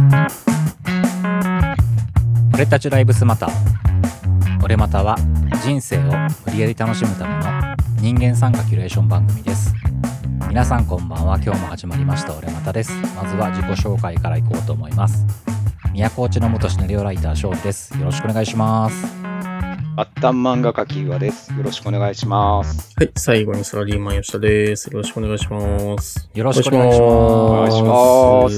俺たちライブスマタ。俺または人生を無理やり楽しむための人間参加キュレーション番組です。皆さんこんばんは。今日も始まりました俺またです。まずは自己紹介からいこうと思います。宮古内の元シナリオライター翔です。よろしくお願いします。 末端漫画家キ岩です。よろしくお願いします。 はい、最後にサラリーマン吉田です。よろしくお願いします。 よろしくお願いします。 お願いします。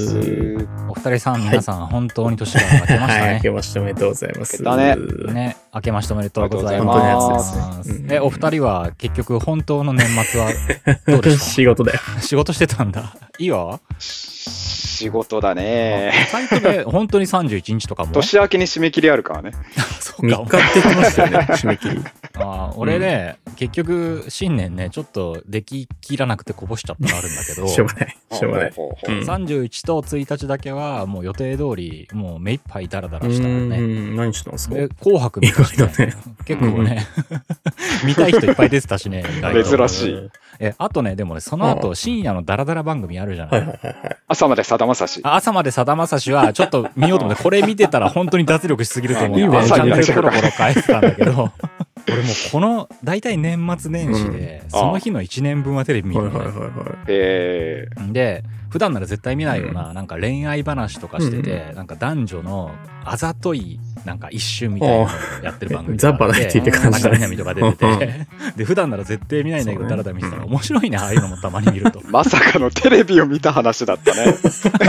お二人さん、皆さん、本当に年が明けましたね。 明けましておめでとうございます。 明けたね。 ね、明けましておめでとうございます。 本当のやつですね。 お二人は結局本当の年末はどうでした？ 仕事だよ。 仕事してたんだ。いいわ。 仕事だね。 最近ね、本当に31日とかも。 年明けに締め切りあるからね。 そうか。3日って言ってましたよね、締め切り。 俺ね、結局新年ね、ちょっとでききらなくてこぼしちゃったのあるんだけど。 しょうがない。 31と1日だけはもう予定通り、もう目いっぱいダラダラしたのね。 何したんですか？ 紅白見たしね。結構ね、見たい人いっぱい出てたしね。 珍しい。 あとね、でもね、その後深夜のダラダラ番組あるじゃない。 朝までさだまさし。 朝までさだまさしはちょっと見ようと思って、これ見てたら本当に脱力しすぎると思って、ちゃんとコロコロ返してたんだけど、俺もうこの大体年末年始で、その日の1年分はテレビ見るのね。で、普段なら絶対見ないような、なんか恋愛話とかしてて、なんか男女のあざといなんか一瞬みたいなのをやってる番組ザ・バラエティって感じだね。 中南とか出てて、で普段なら絶対見ないんだけど、だらだら見てたら面白いね、ああいうのもたまに見ると。 まさかのテレビを見た話だったね。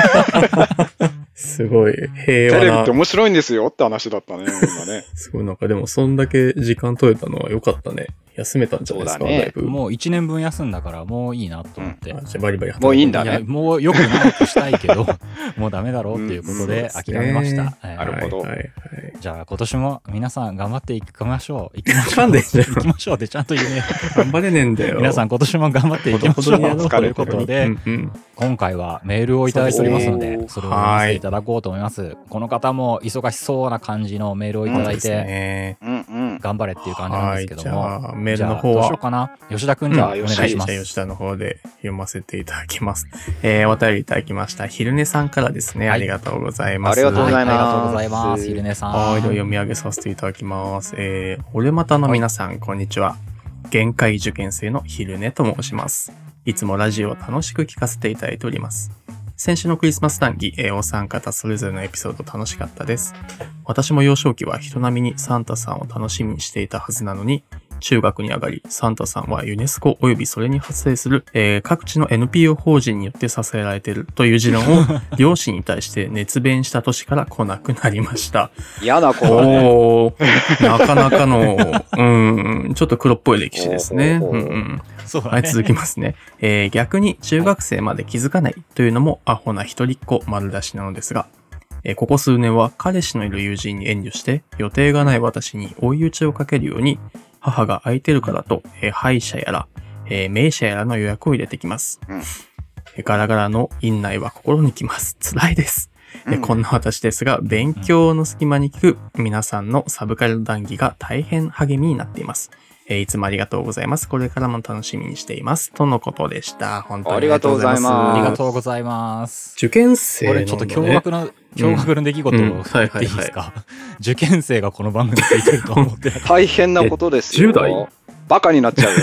すごい平和な。 テレビって面白いんですよって話だったね、今ね。 すごいなんかでもそんだけ時間取れたのは良かったね。休めたんじゃないですか、だいぶ。 もう1年分休んだからもういいなと思って。 じゃあバリバリもういいんだね。 もうよくないとしたいけど、もうダメだろうっていうことで諦めました。 なるほど。 じゃあ今年も皆さん頑張っていきましょう。行きましょうってちゃんと言うね。 頑張れねえんだよ。 皆さん今年も頑張っていきましょうということで、今回はメールをいただいておりますので、それを読ませていただこうと思います。この方も忙しそうな感じのメールをいただいて、頑張れっていう感じなんですけども、 メールの方はどうしようかな。吉田くんじゃあお願いします。 吉田の方で読ませていただきます。お便りいただきました昼寝さんからですね。ありがとうございます。 ありがとうございます。 ありがとうございます。昼寝さん。 はい、では読み上げさせていただきます。俺またの皆さん、こんにちは。限界受験生の昼寝と申します。いつもラジオを楽しく聞かせていただいております。先週のクリスマス談義、お三方それぞれのエピソード楽しかったです。私も幼少期は人並みにサンタさんを楽しみにしていたはずなのに、中学に上がり、サンタさんはユネスコ及びそれに発生する、各地の NPO 法人によって支えられているという持論を両親に対して熱弁した年から来なくなりました。 嫌な子だね。 なかなかの、ちょっと黒っぽい歴史ですね。 そうだね。 はい、続きますね。逆に中学生まで気づかないというのもアホな一人っ子丸出しなのですが、ここ数年は彼氏のいる友人に遠慮して予定がない私に追い打ちをかけるように母が空いてるからと、歯医者やら、名車やらの予約を入れてきます。ガラガラの院内は心にきます。辛いです。こんな私ですが、勉強の隙間に聞く皆さんのサブカル談義が大変励みになっています。いつもありがとうございます。これからも楽しみにしています。とのことでした。本当にありがとうございます。 ありがとうございます。 受験生の、 これちょっと驚愕の出来事を言っていいですか？受験生がこの番組聞いてると思って大変なことですよ。 10代バカになっちゃうよ。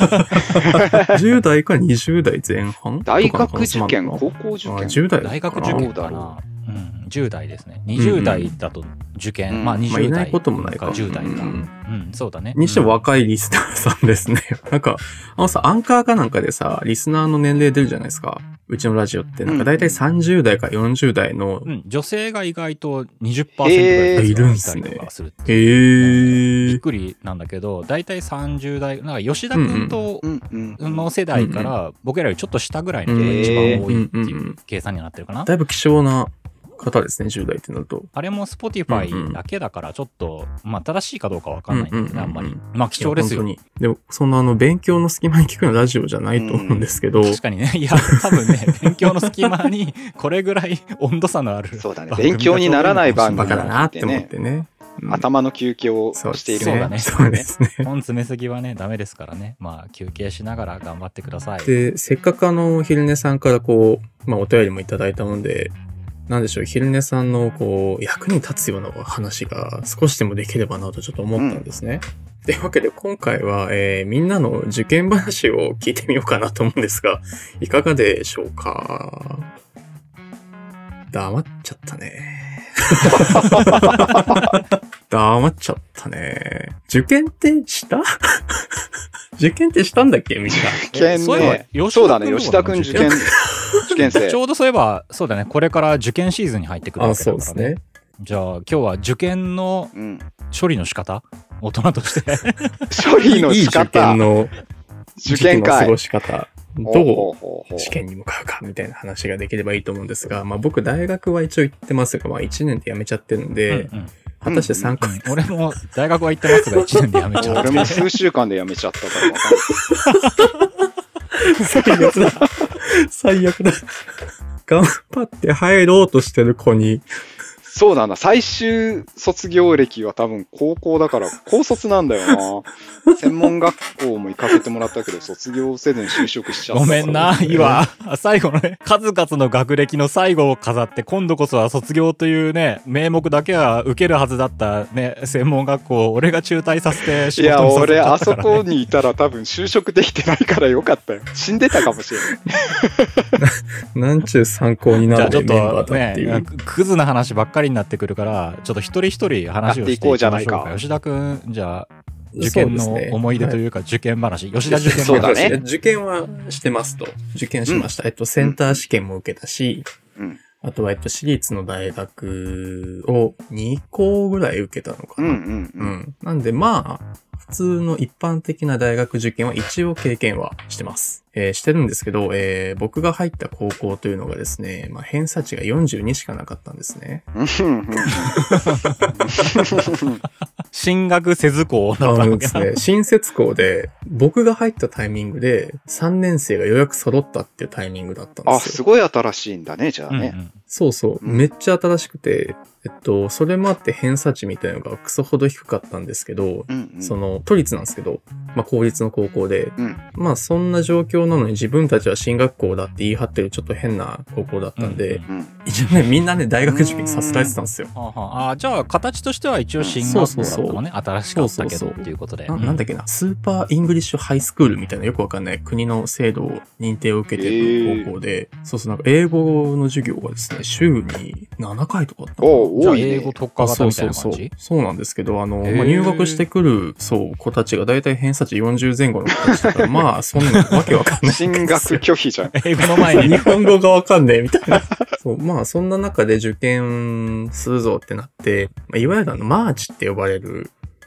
10代か20代前半大学受験、高校受験。 10代大学受験かな。10代ですね。20代だと受験。まあ20代。 いないこともないか。 10代か。そうだね。 にしても若いリスナーさんですね。なんか、アンカーかなんかでさ、リスナーの年齢出るじゃないですか。うちのラジオって。なんかだいたい30代か40代の。 女性が意外と 20% ぐらいいるんですね。 びっくりなんだけど、だいたい30代、なんか吉田くんとの世代から僕らよりちょっと下ぐらいの人が一番多いっていう計算にはなってるかな。 だいぶ希少な方ですね、10代ってなると。 あれも Spotify だけだからちょっと、まあ正しいかどうかわかんないんだけどね、あんまり。まあ貴重ですよ。 本当に。でも、そんな勉強の隙間に聞くのラジオじゃないと思うんですけど。 確かにね。いや、多分ね、勉強の隙間にこれぐらい温度差のある。 そうだね。勉強にならない番組バカだなって思ってね。 頭の休憩をしている。 そうだね。 そうですね。 本詰めすぎはね、ダメですからね。まあ、休憩しながら頑張ってください。 で、せっかく昼寝さんからお便りもいただいたので、 なんでしょう、昼寝さんのこう、役に立つような話が少しでもできればなとちょっと思ったんですね。というわけで今回は、みんなの受験話を聞いてみようかなと思うんですが、いかがでしょうか？黙っちゃったね。黙っちゃったね。受験ってした受験ってしたんだっけみんな。 受験ね。そうだね、吉田くん受験生。 ちょうどそういえば、そうだね、これから受験シーズンに入ってくるわけだからね。 そうですね。 じゃあ今日は受験の処理の仕方、大人として処理の仕方、 いい受験の受験会過ごし方、どう試験に向かうかみたいな話ができればいいと思うんですが、まあ僕大学は一応行ってますが、まあ1年で辞めちゃってるんで、果たして3回、 俺も大学は行ってますが1年で辞めちゃって。 俺も数週間で辞めちゃったから分かんない。 最悪だ。最悪だ。頑張って入ろうとしてる子に。 そうだな、最終卒業歴は多分高校だから高卒なんだよな。専門学校も行かせてもらったけど卒業せずに就職しちゃった。 ごめんな、今最後のね、数々の学歴の最後を飾って今度こそは卒業というね名目だけは受けるはずだったね専門学校を俺が中退させて仕事にさせちゃったから、ね、 いや俺あそこにいたら多分就職できてないからよかったよ。死んでたかもしれない。なんちゅう参考になるメンバーだっていう。 じゃあちょっとね、クズな話ばっかりになってくるからちょっと一人一人話をしていきましょうか。吉田くん、じゃあ受験の思い出というか受験話、吉田受験話。 そうだね。 受験はしてますと。受験しました。センター試験も受けたし、あとは私立の大学を2校ぐらい受けたのかな。なんでまあ、普通の一般的な大学受験は一応経験はしてます。してるんですけど、僕が入った高校というのがですね、まあ、偏差値が42しかなかったんですね。 進学せず校だったわけですね。新設校で、僕が入ったタイミングで3年生がようやく揃ったっていうタイミングだったんですよ。 あ、すごい新しいんだね、じゃあね。 そうそう。めっちゃ新しくて、それもあって偏差値みたいなのがクソほど低かったんですけど、その都立なんですけど、まあ公立の高校で、まあそんな状況なのに自分たちは進学校だって言い張ってるちょっと変な高校だったんで、一応ね、みんなね、大学受験させられてたんですよ。 じゃあ形としては一応進学校だったのね。新しかったけどっていうことで。 なんだっけな、スーパーイングリッシュハイスクールみたいなよくわかんない国の制度を認定を受けてる高校で、なんか英語の授業がですね、週に7回とかあったの。 じゃあ英語特化型みたいな感じ？ そうなんですけど、まあ、入学してくる、子たちがだいたい偏差値40前後の子たちだから、まあ、そんなわけわかんない。 進学拒否じゃん。 英語の前に。 日本語がわかんねえみたいな。まあ、そんな中で受験するぞってなって、いわゆるマーチって呼ばれる、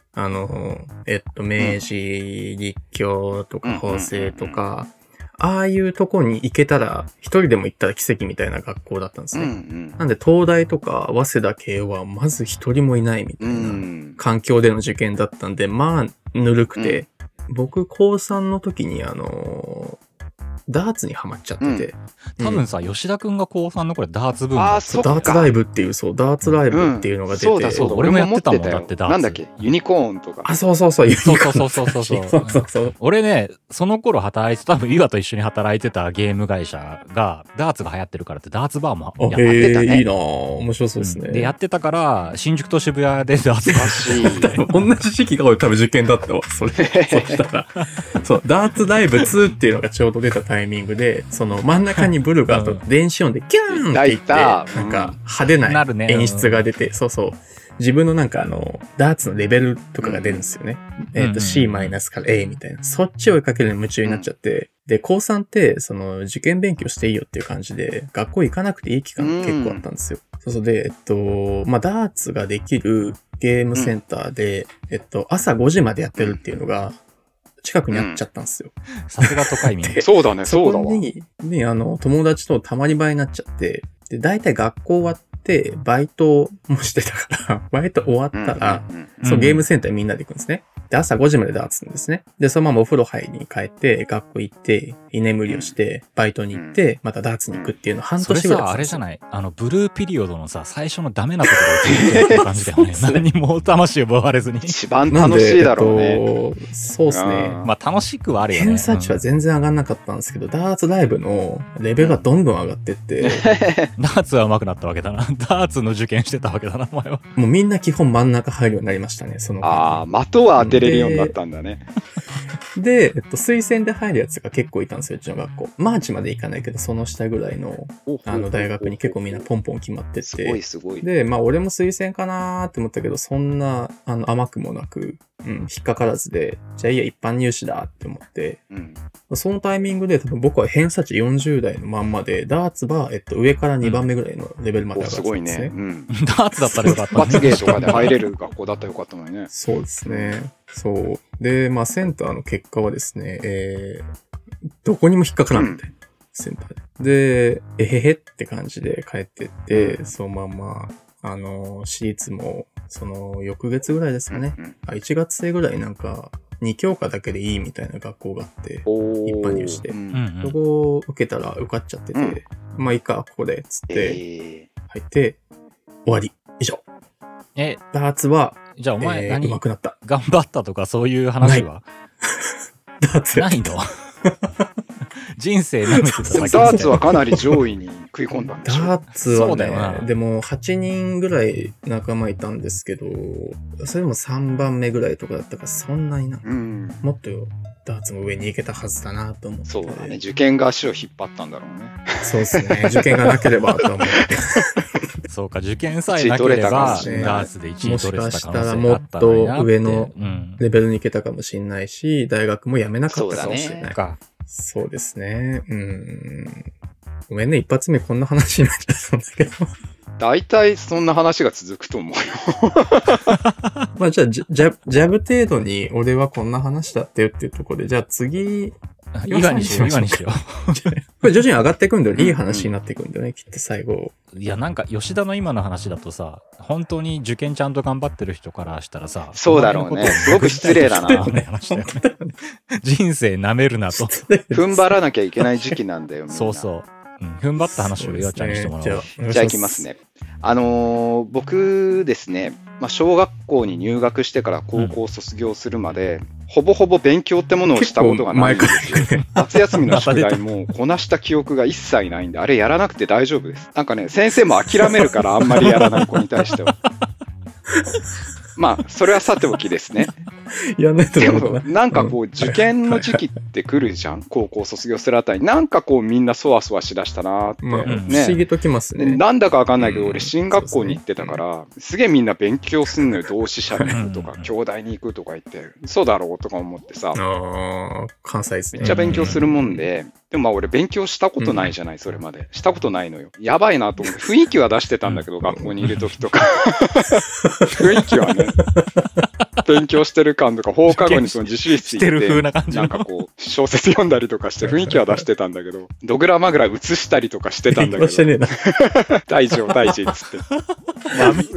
明治、立教とか法政とか、ああいうとこに行けたら、一人でも行ったら奇跡みたいな学校だったんですね。なんで、東大とか早稲田系はまず一人もいないみたいな環境での受験だったんで、まあ、ぬるくて、僕、高3の時にダーツにハマっちゃってて。 多分さ、吉田くんが高3の頃ダーツブームだった。 ダーツライブっていう、ダーツライブっていうのが出て。 そうだ、 俺もやってたもん、だってダーツ。 なんだっけ、ユニコーンとか。 そう、ユニコーン。 そう。俺ね、その頃働いてた、多分岩と一緒に働いてたゲーム会社が、ダーツが流行ってるからって、ダーツバーもやってたね。 いいなぁ。面白そうですね。 で、やってたから、新宿と渋谷でダーツバー。同じ時期が俺多分受験だったわ。そしたら。ダーツライブ2っていうのがちょうど出たタイミングで、真ん中にブルが電子音でキューンって言って、なんか派手な演出が出て、自分のなんかダーツのレベルとかが出るんですよね。C マイナスから A みたいな。そっちを追いかけるのに夢中になっちゃって、で、高3って、受験勉強していいよっていう感じで、学校行かなくていい期間が結構あったんですよ。で、まあ、ダーツができるゲームセンターで、朝5時までやってるっていうのが、近くにあっちゃったんですよ。 さすが都会民。 そうだね、そうだわ。 そこに、友達とたまり場になっちゃって、で、大体学校終わって、バイトもしてたから、バイト終わったら、ゲームセンターにみんなで行くんですね。 で、朝5時までダーツなんですね。で、そのままお風呂入りに帰って、学校行って、居眠りをして、バイトに行って、またダーツに行くっていうのを半年ぐらいそれさ、あれじゃない、ブルーピリオドのさ、最初のダメなところを聞いてるって感じだよね。何も魂を奪われずに。 一番楽しいだろうね。 そうですね。 まあ楽しくはあるよね。 偏差値は全然上がんなかったんですけど、ダーツライブのレベルがどんどん上がってって、 ダーツは上手くなったわけだな。ダーツの受験してたわけだな、お前は。 もうみんな基本真ん中入るようになりましたね、その。 的は当てれるようになったんだね。 で、推薦で入るやつが結構いたんですよ、うちの学校。マーチまで行かないけど、その下ぐらいの、大学に結構みんなポンポン決まってて。 すごいすごい。 で、まあ、俺も推薦かなーって思ったけど、そんな、甘くもなく、引っかからずで、じゃあいいや、一般入試だって思って、そのタイミングで多分僕は偏差値40代のまんまで、ダーツは、上から2番目ぐらいのレベルまで上がったんですね。 すごいね。 ダーツだったらよかったね。 罰ゲーとかで入れる学校だったらよかったのにね。 そうですね。そう。で、まあ、センターの結果はですね、どこにも引っかからなくて、センターで。で、へへって感じで帰ってって、そのまま、私立も、その、翌月ぐらいですかね。1月生ぐらいなんか、2教科だけでいいみたいな学校があって、一般入試で。そこを受けたら受かっちゃってて、まあいいか、ここで、つって、入って、終わり。以上。ダーツは、 じゃあお前何、 上手くなった。 頑張ったとかそういう話はダーツないの人生舐めてただけ。 ダーツはかなり上位に食い込んだんでしょ。 ダーツはね、でも8人ぐらい仲間いたんですけど、それも3番目ぐらいとかだったからそんなにな、もっとダーツも上に行けたはずだなと思って。 そうだね。受験が足を引っ張ったんだろうね。 そうですね。受験がなければと思って。 そうか、受験さえなければ、ダーツで1位取れてた可能性があったもしかしたらもっと上のレベルに行けたかもしれないし、大学も辞めなかったかもしれない。そうですね。ごめんね、一発目こんな話になっちゃったんだけど。 大体そんな話が続くと思うよ。 まあじゃあ、ジャブ程度に俺はこんな話だってよっていうところで、じゃあ次、 今にしよう。 これ徐々に上がっていくんだよ。いい話になっていくんだよね、きっと最後。 いや、なんか吉田の今の話だとさ、本当に受験ちゃんと頑張ってる人からしたらさ、 そうだろうね。すごく失礼だな。 人生舐めるなと。 踏ん張らなきゃいけない時期なんだよ。 そうそう。踏ん張った話を岩ちゃんにしてもらおう。 じゃあ行きますね。僕ですね、小学校に入学してから高校卒業するまで、ほぼほぼ勉強ってものをしたことがないんですよ。夏休みの宿題もこなした記憶が一切ないんで、あれやらなくて大丈夫です。なんかね、先生も諦めるからあんまりやらない子に対しては。まあ、それはさておきですね。 やんないとでも、なんかこう、受験の時期って来るじゃん。高校卒業するあたり。なんかこう、みんなそわそわしだしたなーって。 不思議ときますね。 なんだかわかんないけど、俺、進学校に行ってたから、すげえみんな勉強すんのよ。同志社に行くとか、兄弟に行くとか言って、そうだろうとか思ってさ。 関西ですね。 めっちゃ勉強するもんで、でもまあ俺勉強したことないじゃない、それまで。したことないのよ。やばいなと思って、雰囲気は出してたんだけど、学校にいるときとか。雰囲気はね、勉強してる感とか、放課後にその自習室行って、なんかこう、小説読んだりとかして雰囲気は出してたんだけど、ドグラマグラ写したりとかしてたんだけど、大事っつって。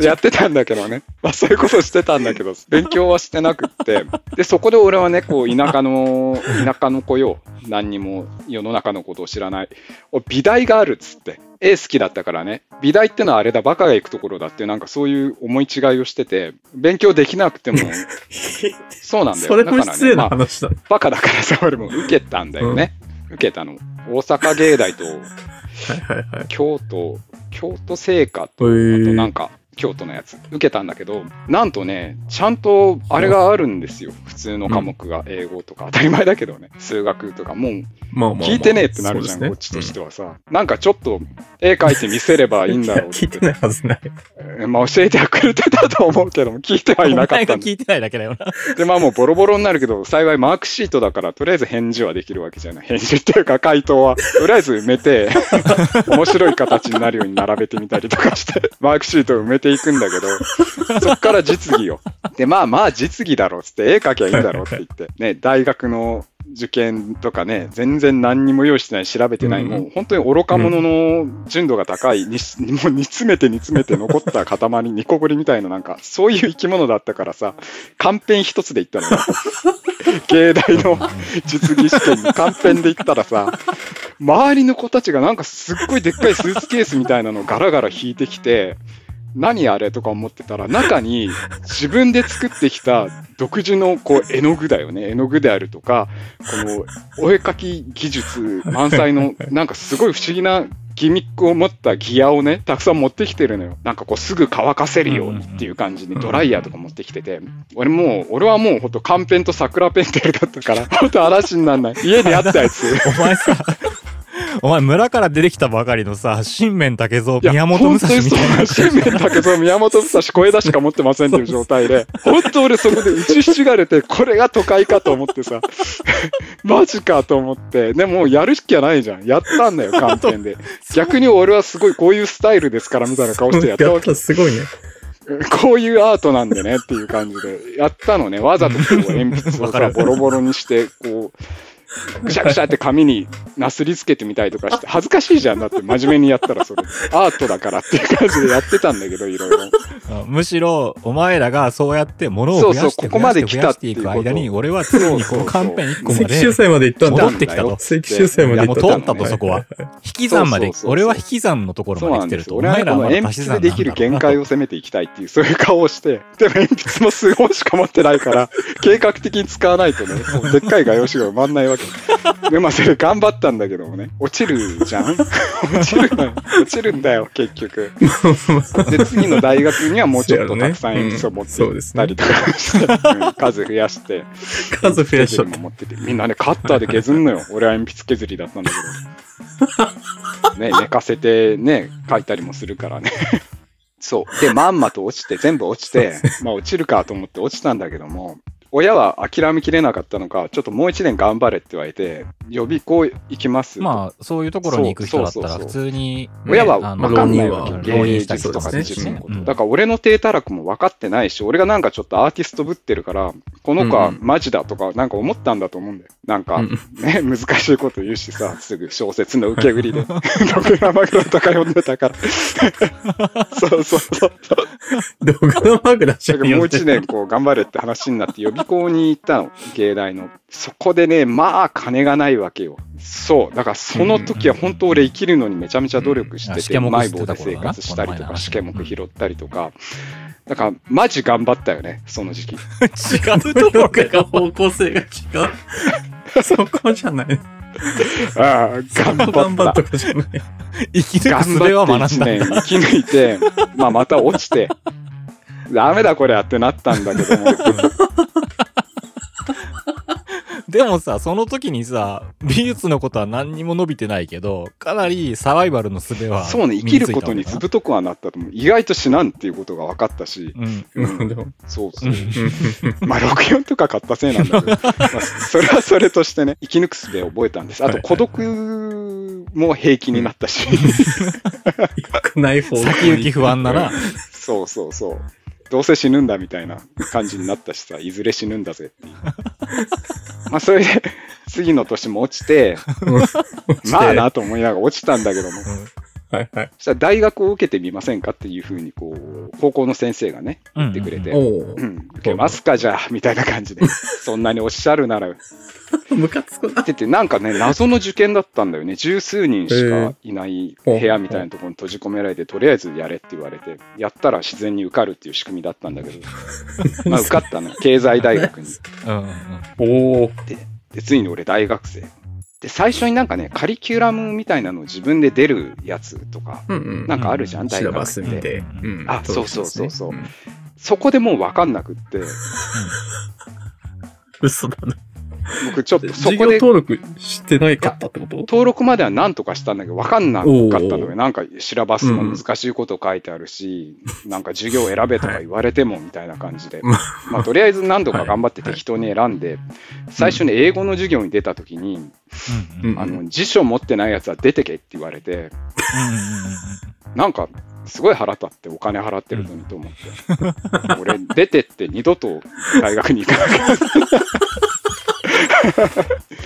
やってたんだけどね。まあそういうことしてたんだけど、勉強はしてなくって。で、そこで俺はね、こう、田舎の子よ。何にも世の中のことを知らない。美大があるっつって。絵好きだったからね。美大ってのはあれだ、バカが行くところだっていう、なんかそういう思い違いをしてて、勉強できなくても、そうなんだよ。 それも失礼な話だ。 バカだからさ、俺も受けたんだよね。受けたの。大阪芸大と、京都精華と、あとなんか、京都のやつ受けたんだけど、なんとね、ちゃんとあれがあるんですよ。普通の科目が、英語とか当たり前だけどね、数学とかもう聞いてねえってなるじゃん、こっちとしてはさ。なんかちょっと絵描いて見せればいいんだろうって。 聞いてないはずない。 まあ教えてはくれてたと思うけども、聞いてはいなかったんだ。 お前が聞いてないだけだよな。 で、まあもうボロボロになるけど、幸いマークシートだから、とりあえず返事はできるわけじゃない。返事っていうか回答は、とりあえず埋めて、面白い形になるように並べてみたりとかして、マークシートを埋めていくんだけど、そっから実技よ。で、まあ実技だろうっつって、絵描きゃいいんだろうって言って、ね、大学の受験とかね、全然何にも用意してない、調べてない、もう本当に愚か者の純度が高い、もう煮詰めて残った塊、ニコゴリみたいな、なんか、そういう生き物だったからさ、カンペン一つで行ったのよ。芸大の実技試験にカンペンで行ったらさ、周りの子たちがなんかすっごいでっかいスーツケースみたいなのをガラガラ引いてきて、何あれとか思ってたら、中に自分で作ってきた独自のこう絵の具だよね。絵の具であるとか、このお絵描き技術満載の、なんかすごい不思議なギミックを持ったギアをね、たくさん持ってきてるのよ。なんかこうすぐ乾かせるようにっていう感じでドライヤーとか持ってきてて、俺はもうほんとカンペンと桜ペンテルだったから、ほんと嵐になんない。家にあったやつ。 お前村から出てきたばかりのさ、新面竹蔵宮本武蔵みたいな。 新面竹蔵宮本武蔵小枝しか持ってませんっていう状態で、本当俺そこで打ちひしがれて、これが都会かと思ってさ、マジかと思って、でもやるしかないじゃん。やったんだよ、カンペンで。逆に俺はすごいこういうスタイルですからみたいな顔してやったわけ。 すごいね。 こういうアートなんでねっていう感じでやったのね。わざとこう鉛筆をさ、ボロボロにして、こう、ぐしゃぐしゃって紙になすりつけてみたりとかして、恥ずかしいじゃん。だって真面目にやったらそれ。アートだからっていう感じでやってたんだけど、いろいろ。 むしろ、お前らがそうやって物を増やしてここまで来たっていく間に、俺はついにこのカンペン1個まで。 積集祭まで行ったんだ。 戻ってきたと。 積集祭まで行った。 もう通ったと、そこは。引き算まで、俺は引き算のところまで来てると。 俺はこの鉛筆でできる限界を攻めていきたいっていう、そういう顔をして、でも鉛筆も数本しか持ってないから、計画的に使わないとね、もうでっかい画用紙が埋まんないわけ。で、まあそれ頑張ったんだけどもね、落ちるじゃん落ちるんだよ、結局。で、次の大学にはもうちょっとたくさん鉛筆を持ってったりとかして、数増やして。 数増やして。 持ってて、みんなね、カッターで削んのよ。俺は鉛筆削りだったんだけど。ね、寝かせてね、書いたりもするからね。そう。で、まんまと落ちて、全部落ちて、まあ落ちるかと思って落ちたんだけども、親は諦めきれなかったのか、ちょっともう一年頑張れって言われて、予備校行きますまあ、そういうところに行く人だったら、普通に、 親は分かんないわけ。芸術とか技術のこと。だから俺の低たらくも分かってないし、俺がなんかちょっとアーティストぶってるから、この子はマジだとか、なんか思ったんだと思うんだよ。なんか、ね、難しいこと言うしさ、すぐ小説の受け売りで。毒生黒とか読んでたから。そう。 毒生黒じゃん。 もう一年こう頑張れって話になって予備校に行ったの、芸大の。そこでね、まあ金がないわけよ。そう。だからその時は本当俺生きるのにめちゃめちゃ努力してて、マイボーで生活したりとか、試験目拾ったりとか。だからマジ頑張ったよね、その時期。 違うところが方向性が違う。そこじゃない。 ああ、頑張ったとかじゃない。 生き抜く術は学んだ。 1年生き抜いて、まあまた落ちて、ダメだこれやってなったんだけども。 でもさ、その時にさ、美術のことは何にも伸びてないけど、かなりサバイバルの術は。 そうね、生きることにずぶとくはなったと思う。意外と死なんっていうことが分かったし。そう。まあ、64とか買ったせいなんだけど、まあ、それはそれとしてね、生き抜く術で覚えたんです。あと、孤独も平気になったし。 先行き不安だな。 そう。どうせ死ぬんだみたいな感じになったしさ、いずれ死ぬんだぜっていう。まあそれで、次の年も落ちて、まあなと思いながら落ちたんだけども。そしたら大学を受けてみませんかっていうふうに、こう、高校の先生がね、言ってくれて、受けますかじゃあ、みたいな感じで、そんなにおっしゃるなら、 ムカつくな。 ってなんかね、謎の受験だったんだよね。十数人しかいない部屋みたいなところに閉じ込められて、とりあえずやれって言われて、やったら自然に受かるっていう仕組みだったんだけど、まあ受かったの。経済大学に。で、ついに俺大学生。で、最初になんかね、カリキュラムみたいなのを自分で出るやつとか、なんかあるじゃん、大学って。シラバス見て。あ、そう。そこでもう分かんなくって。 嘘だな。 僕ちょっとそこで。 授業登録してないかったってこと？ 登録までは何とかしたんだけど、分かんなかったのよ。なんかシラバスも難しいこと書いてあるし、なんか授業選べとか言われてもみたいな感じで。まあとりあえず何度か頑張って適当に選んで、最初に英語の授業に出た時に、辞書持ってないやつは出てけって言われて、なんかすごい腹立ってお金払ってるのにと思って。俺出てって二度と大学に行かなきゃ。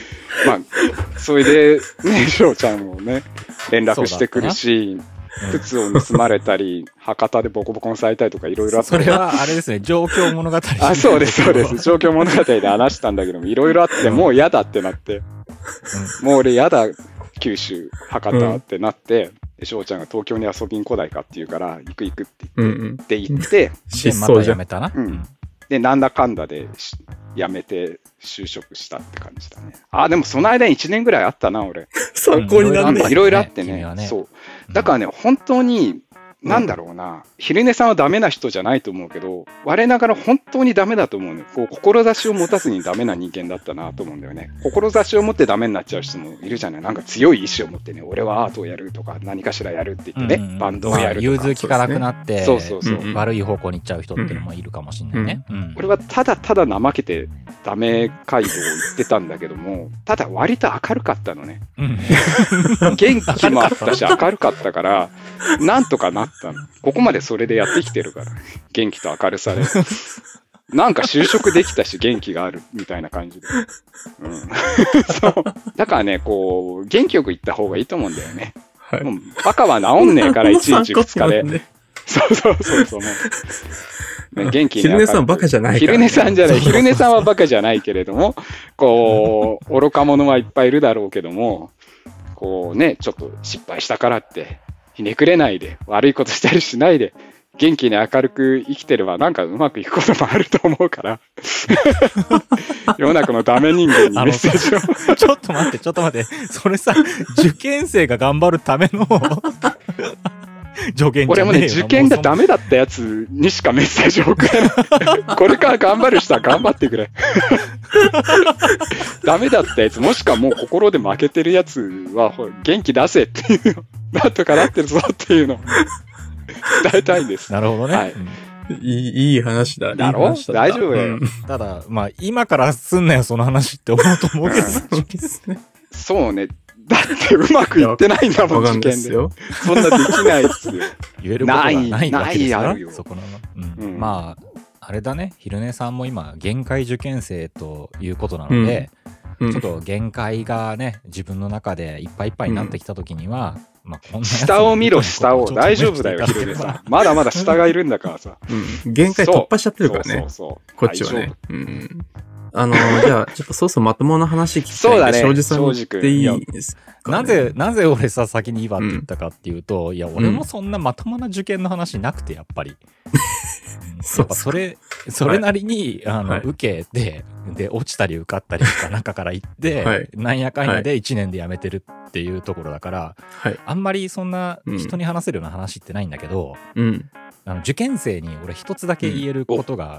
まあ、それで、ね、翔ちゃんもね、連絡してくるし、靴を盗まれたり、博多でボコボコにされたりとかいろいろあって。 それはあれですね、状況物語。 あ、そうです、そうです。状況物語で話したんだけども、いろいろあって、もう嫌だってなって、もう俺嫌だ、九州、博多ってなって、翔ちゃんが東京に遊びに来ないかって言うから、行くって言って、 で、また辞めたな。 で、なんだかんだで辞めて就職したって感じだね。あ、でもその間に1年ぐらいあったな、俺。 参考になるね。 いろいろあってね。そう。だからね、本当に、なんだろうな、昼寝さんはダメな人じゃないと思うけど、我ながら本当にダメだと思うね。こう、志を持たずにダメな人間だったなと思うんだよね。志を持ってダメになっちゃう人もいるじゃない。なんか強い意志を持ってね、俺はアートをやるとか、何かしらやるって言ってね、バンドをやるとか。 融通きかなくなって、 そうそうそう。 悪い方向に行っちゃう人っていうのもいるかもしれないね。 俺はただただ怠けてダメ街道を行ってたんだけども、ただ割と明るかったのね。元気もあったし、明るかったから、なんとかなったの。ここまでそれでやってきてるから。元気と明るさで。なんか就職できたし、元気があるみたいな感じで。そう。だからね、こう、元気よく行った方がいいと思うんだよね。はい、もうバカは治んねえから、1日2日で。そう。ね、元気に。 昼寝さんバカじゃないから、 ね。昼寝さんじゃない。昼寝さんはバカじゃないけれども、こう、愚か者はいっぱいいるだろうけども、こうね、ちょっと失敗したからって、ひねくれないで、悪いことしたりしないで、元気に明るく生きてればなんかうまくいくこともあると思うから。世の中のダメ人間にメッセージを。 ちょっと待って。それさ、受験生が頑張るための助言じゃねえよ。 俺もね、受験がダメだったやつにしかメッセージを送れない。これから頑張る人は頑張ってくれ。ダメだったやつ、もしくはもう心で負けてるやつは元気出せっていうの。なんとかなってるぞっていうのを伝えたいんです。 なるほどね。 はい。いい話だ。 だろ？大丈夫よ。 ただ、まあ、今からすんなよ、その話って思うと思うけど。 そうね。だってうまくいってないんだもん、受験で。そんなできないっすよ。 言えることがないわけですよ。 ないよ。 そこの、まあ、あれだね、昼寝さんも今、限界受験生ということなので、ちょっと限界がね、自分の中でいっぱいいっぱいになってきたときには、まあ、こんな下を見ろ、下を。大丈夫だよ、昼寝さん。まだまだ下がいるんだからさ。 限界突破しちゃってるからね。 そう。 こっちはね。じゃあ、ちょっとそうそうまともな話聞きたいんで、庄司さんに言っていいですかね。 なぜ俺さ、先にいいわって言ったかっていうと、いや、俺もそんなまともな受験の話なくて、やっぱり。やっぱそれなりに、受けて、で、落ちたり受かったりとか中から行って、なんやかんやで1年で辞めてるっていうところだから、あんまりそんな人に話せるような話ってないんだけど、受験生に俺一つだけ言えることがあって、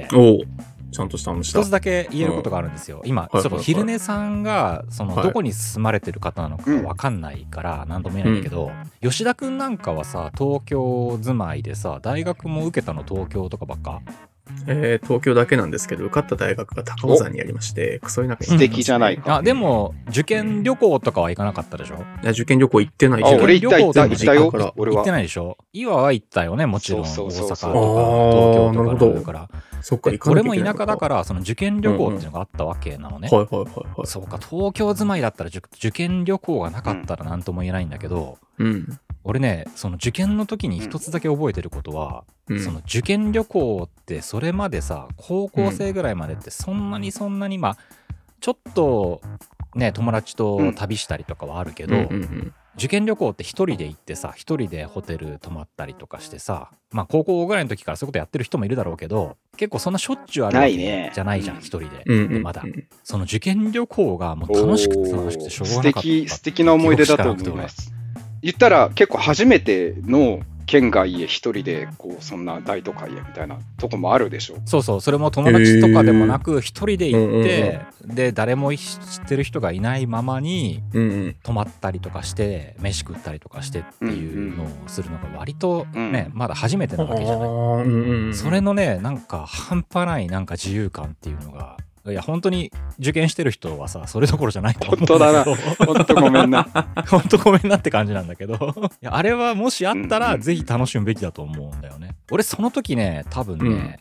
ちゃんとした話だ。一つだけ言えることがあるんですよ。今、ちょっと昼寝さんが、どこに住まれてる方なのかわかんないから、何度も言えないんだけど、吉田くんなんかはさ、東京住まいでさ、大学も受けたの東京とかばっか？ 東京だけなんですけど、受かった大学が高尾山にありまして、クソ田舎に。 素敵じゃないか。 でも、受験旅行とかは行かなかったでしょ？ 受験旅行行ってないじゃん。 俺行ったよ。 俺は。行ってないでしょ？岩は行ったよね、もちろん。大阪とか東京とかだから。 そっか、 俺も田舎だから、その受験旅行っていうのがあったわけなのね。そうか、東京住まいだったら受験旅行がなかったら何とも言えないんだけど、俺ね、その受験の時に一つだけ覚えてることは、その受験旅行ってそれまでさ、高校生ぐらいまでってそんなにまあちょっとね、友達と旅したりとかはあるけど、受験旅行って一人で行ってさ、一人でホテル泊まったりとかしてさ、まあ高校ぐらいの時からそういうことやってる人もいるだろうけど、結構そんなしょっちゅうあるわけじゃないじゃん、一人で。まだ。その受験旅行がもう楽しくて楽しくてしょうがなかった。 素敵な思い出だと思います。言ったら結構初めての県外へ一人でこうそんな大都会へみたいなとこもあるでしょ。 そう、それも友達とかでもなく一人で行って、で誰も知ってる人がいないままに泊まったりとかして飯食ったりとかしてっていうのをするのが割とね、まだ初めてなわけじゃない。それのね、なんか半端ないなんか自由感っていうのが、いや本当に受験してる人はさ、それどころじゃないと思うんだけど。 本当だな。本当ごめんな。 本当ごめんなって感じなんだけど、いやあれはもしあったらぜひ楽しむべきだと思うんだよね。俺その時ね、多分ね、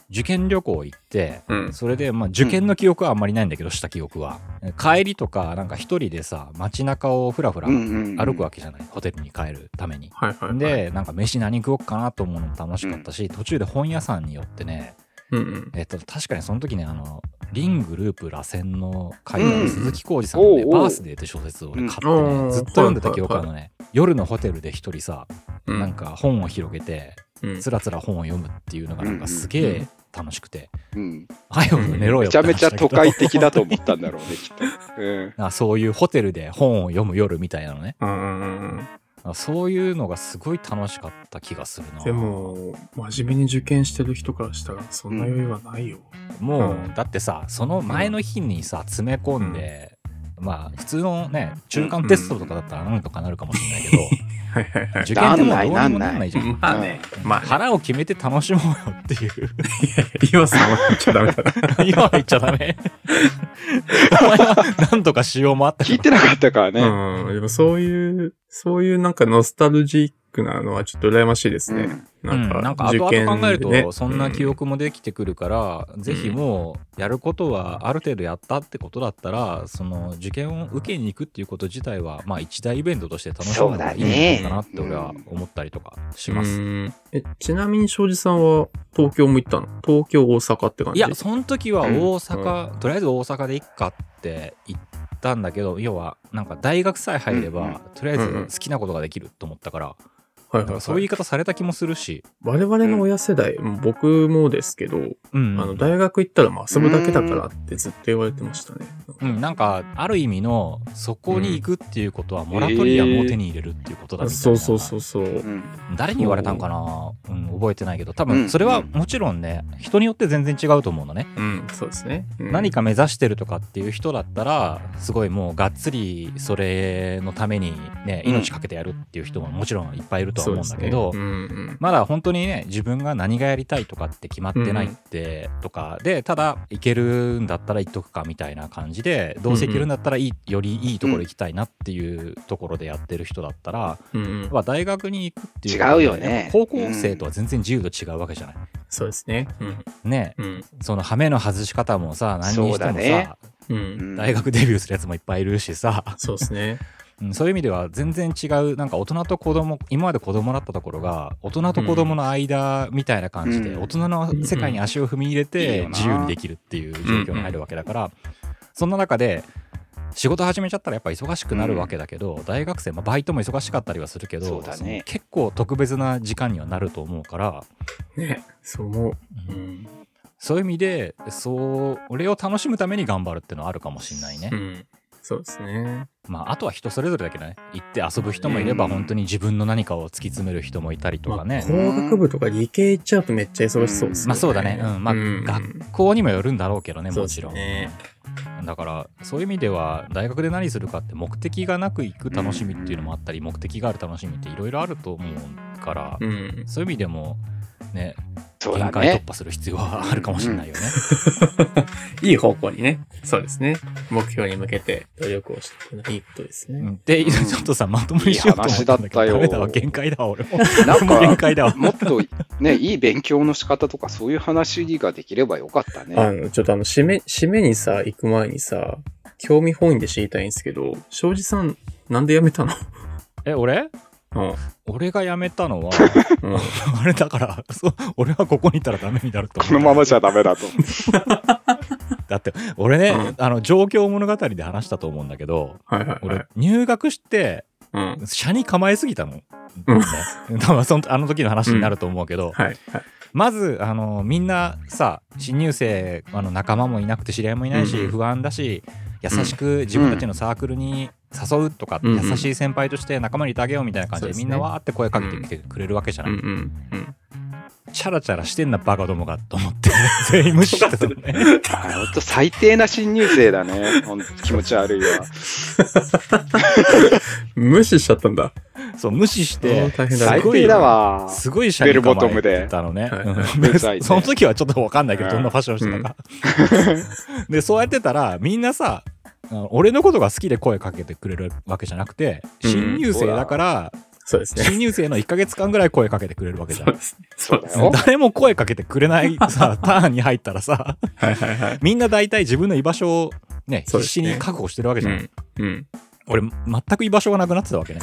受験旅行行って、 うん、 それで、まあ、受験の記憶はあんまりないんだけど、した記憶は。帰りとか、なんか一人でさ、街中をふらふら歩くわけじゃない、ホテルに帰るために。 はいはいはい、 で、なんか飯何食おうかなと思うのも楽しかったし、途中で本屋さんによってね、確かにその時ね、リングループ螺旋の書いてある鈴木浩二さんのね、バースデーって小説を俺買ってね、ずっと読んでた記憶あるのね。夜のホテルで一人さ、なんか本を広げて、つらつら本を読むっていうのがなんかすげえ楽しくて、早く寝ろよめちゃめちゃ都会的だと思ったんだろうね、きっと。 そういうホテルで本を読む夜みたいなのね。そういうのがすごい楽しかった気がするな。 でも、真面目に受験してる人からしたらそんな余裕はないよ。 もう、だってさ、その前の日にさ、詰め込んで、まあ、普通のね、中間テストとかだったらなんとかなるかもしれないけど、受験ってもうどうにもなんないじゃん。 まあね。 腹を決めて楽しもうよっていう。 岩さんは言っちゃダメだな。 今は言っちゃダメ。お前はなんとかしようもあった。 聞いてなかったからね。 でもそういうなんかノスタルジックなのはちょっと羨ましいですね。 なんか後々考えるとそんな記憶もできてくるから、ぜひもうやることはある程度やったってことだったら、その受験を受けに行くっていうこと自体はまあ一大イベントとして楽しむのがいいのかなって俺は思ったりとかします。 ちなみに庄司さんは東京も行ったの？東京大阪って感じ？ いや、その時は大阪、とりあえず大阪で行っかって言ったんだけど、要はなんか大学さえ入れば、とりあえず好きなことができると思ったから、だからそういう言い方された気もするし、 我々の親世代、僕もですけど、大学行ったら遊ぶだけだからってずっと言われてましたね。 なんかある意味のそこに行くっていうことはモラトリアムを手に入れるっていうことだみたいな。そう。誰に言われたんかな、覚えてないけど、多分それはもちろんね、人によって全然違うと思うのね。 そうですね。 何か目指してるとかっていう人だったら、すごいもうがっつりそれのためにね、命かけてやるっていう人ももちろんいっぱいいるとは思うんだけど、まだ本当にね、自分が何がやりたいとかって決まってないってとかで、ただ行けるんだったら行っとくかみたいな感じで、どうせ行けるんだったらよりいいところ行きたいなっていうところでやってる人だったら、大学に行くっていう、 違うよね。 高校生とは全然自由度違うわけじゃない。 そうですね。 ね、そのハメの外し方もさ、何にしてもさ、大学デビューするやつもいっぱいいるしさ。 そうですね。 そういう意味では全然違う、なんか大人と子供、今まで子供だったところが大人と子供の間みたいな感じで、大人の世界に足を踏み入れて自由にできるっていう状況に入るわけだから、そんな中で仕事始めちゃったらやっぱ忙しくなるわけだけど、大学生、バイトも忙しかったりはするけど、結構特別な時間にはなると思うからね、そう思う。 そういう意味でそれを楽しむために頑張るっていうのはあるかもしれないね。 そうですね。 あとは人それぞれだけどね、行って遊ぶ人もいれば、本当に自分の何かを突き詰める人もいたりとかね。 工学部とか理系行っちゃうとめっちゃ忙しそうですね。 そうだね。学校にもよるんだろうけどね、もちろん。だからそういう意味では大学で何するかって目的がなく行く楽しみっていうのもあったり、目的がある楽しみっていろいろあると思うから、そういう意味でもね、限界突破する必要はあるかもしれないよね。 いい方向にね。そうですね。目標に向けて努力をしていくのはいいことですね。 で、ちょっとさ、まともにしようと思ったんだけど、ダメだわ、限界だわ、俺も。 なんか、 限界だわ。 もっとね、いい勉強の仕方とかそういう話ができればよかったね。 ちょっと締めにさ、行く前にさ、興味本位で知りたいんですけど、庄司さん、なんで辞めたの？ 俺？俺が辞めたのは、あれだから俺はここにいたらダメになると思う。 このままじゃダメだと。 だって俺ね、状況物語で話したと思うんだけど、俺入学して車に構えすぎたの、多分あの時の話になると思うけど、まずみんなさ、新入生仲間もいなくて知り合いもいないし、不安だし、優しく自分たちのサークルに誘うとか、優しい先輩として仲間にいてあげようみたいな感じでみんなわーって声かけてきてくれるわけじゃない。チャラチャラしてんなバカどもがと思って全員無視してたのね。 ほんと最低な新入生だね。ほんと気持ち悪いわ。 無視しちゃったんだ。 そう、無視して最低だわ。 すごいシャリ構えてたのね。その時はちょっと分かんないけど、どんなファッションしてたか。でそうやってたらみんなさ、俺のことが好きで声かけてくれるわけじゃなくて、新入生だからそうですね。 新入生の1ヶ月間ぐらい声かけてくれるわけじゃん。 そうだよ。 誰も声かけてくれないさ、ターンに入ったらさ、 はいはいはい。 みんな大体自分の居場所をね、必そうですね死に確保してるわけじゃん。 うん。 俺、全く居場所がなくなってたわけね。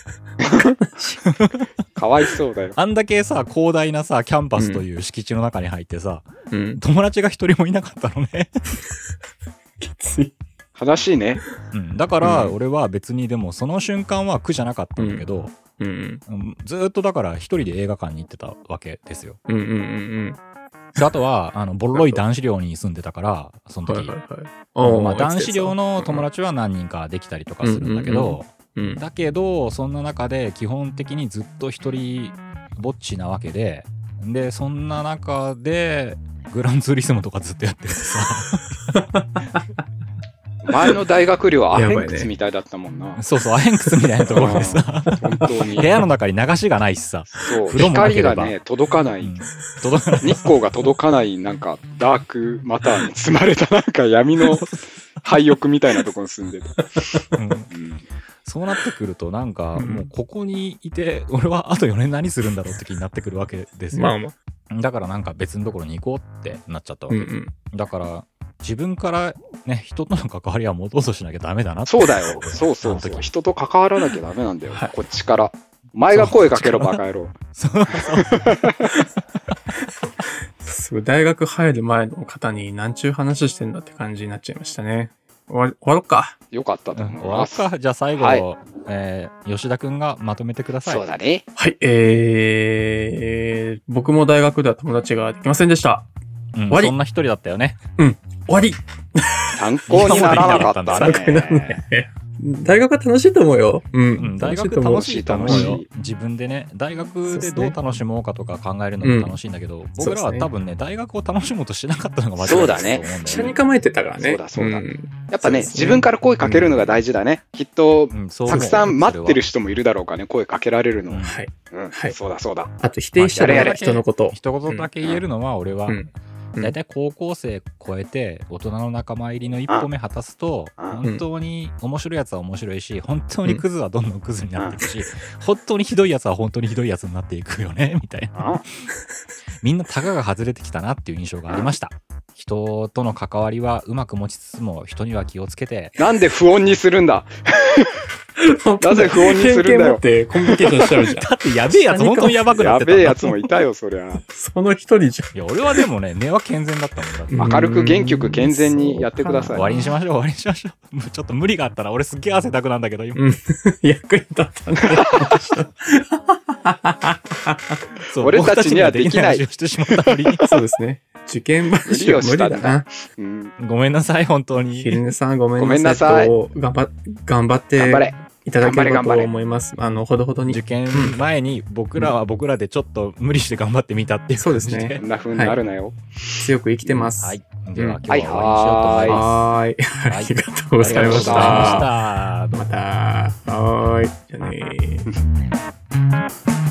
かわいそうだよ。 あんだけさ、広大なさ、キャンパスという敷地の中に入ってさ、 うん。 友達が一人もいなかったのね。 きつい。 悲しいね。 だから、 うん俺は別にでもその瞬間は苦じゃなかったんだけど、 うん。 ずーっとだから一人で映画館に行ってたわけですよ。 うんうんうんであとは、ボロい男子寮に住んでたから、そのうん。はい時。 はいはい。 まあ、男子寮の友達は何人かできたりとかするんだけど、 うん。 だけど、そんな中で基本的にずっと一人ぼっちなわけで、で、そんな中で、グランツーリスモとかずっとやってるとさ、 前の大学寮はアヘンやばいねクツみたいだったもんな。 そうそう、アヘンクスみたいなところでさ、 本当に。 部屋の中に流しがないしさ、 そう。 風呂もなければ光がね、届かない。 届かない。 日光が届かない、なんか、ダークマターに包まれた、なんか闇の廃屋みたいなところに住んでた。 うんうんそうなってくると、なんか、 うんもうここにいて、俺はあと4年何するんだろうって気になってくるわけですよ。 まあまあ。 だからなんか別のところに行こうってなっちゃったわけ。 うんうん。 だから、自分からね、人との関わりは持とうとしなきゃダメだなって。 そうだよ。そうそうそう。 あの時人と関わらなきゃダメなんだよ。 はいこっちから。お前が声かけろ、バカ野郎。 そうすごい大学入る前の方に何ちゅう話してんだって感じになっちゃいましたね。終わろっか。 よかったと終思います。 わるか。じゃあ最後、 はい吉田くんがまとめてください。 そうだね。 はい、僕も大学では友達ができませんでした。 うん、 終わりそんな一人だったよね。 終わり。 参考にならなかった参考にならなね。 大学は楽しいと思うよ。 うん、大学楽しいと思うよ楽しい。 自分でね、大学でどう楽しもうかとか考えるのも楽しいんだけど、僕らは多分ね、大学を楽しもうとしてなかったのが間違いそうだねと思うんだ下よね。 に構えてたからね。 そうだそうだんやっぱね、 そうですね自分から声かけるのが大事だね。きっと、 うん、そうたくさん待ってる人。 人もいるだろうからね、声かけられるの。 うんはい。 うんはいそうだそうだ。 あと否定したらやれやれ人のこと。 一言だけ言えるのは、俺は、 うんだいたい高校生超えて大人の仲間入りの一歩目果たすと、本当に面白いやつは面白いし、本当にクズはどんどんクズになっていくし、本当にひどいやつは本当にひどいやつになっていくよね、みたいな。みんなタガが外れてきたなっていう印象がありました。人との関わりはうまく持ちつつも、人には気をつけて。 なんで不穏にするんだなぜ不穏にするんだよ偏見持ってコミュニケーションしちゃうじゃん。 だってやべえやつ本当にやばくなってた。 やべえやつもいたよ、そりゃ。 その一人じゃん。 いや、俺はでもね、根は健全だったもんだって。 うん明るく元気よく健全にやってください終わりにしましょう、終わりにしましょう。もうちょっと無理があったら、俺すっげえ汗だくなんだけど、今。 うん。役に立ったね。 そう俺たちにはできない僕たちにはできない話をしてしまったのに。 そうですね。受験話は無理だな。 うんごめんなさい、本当に。 昼寝さんごめごめんんなさい。 なさい頑張って頑張れ。 いただければと頑張れ思います。ほどほどに受。験前に僕らは僕らでちょっと無理して頑張ってみたっていうそう感じで。 ですねこんな風になるなよ。 強く生きてます。 はい。では、 うん今日は終わりにしようと思います。 はーい。 はいありがとうございましありがとうございましたた。また。はーい。じゃあねー。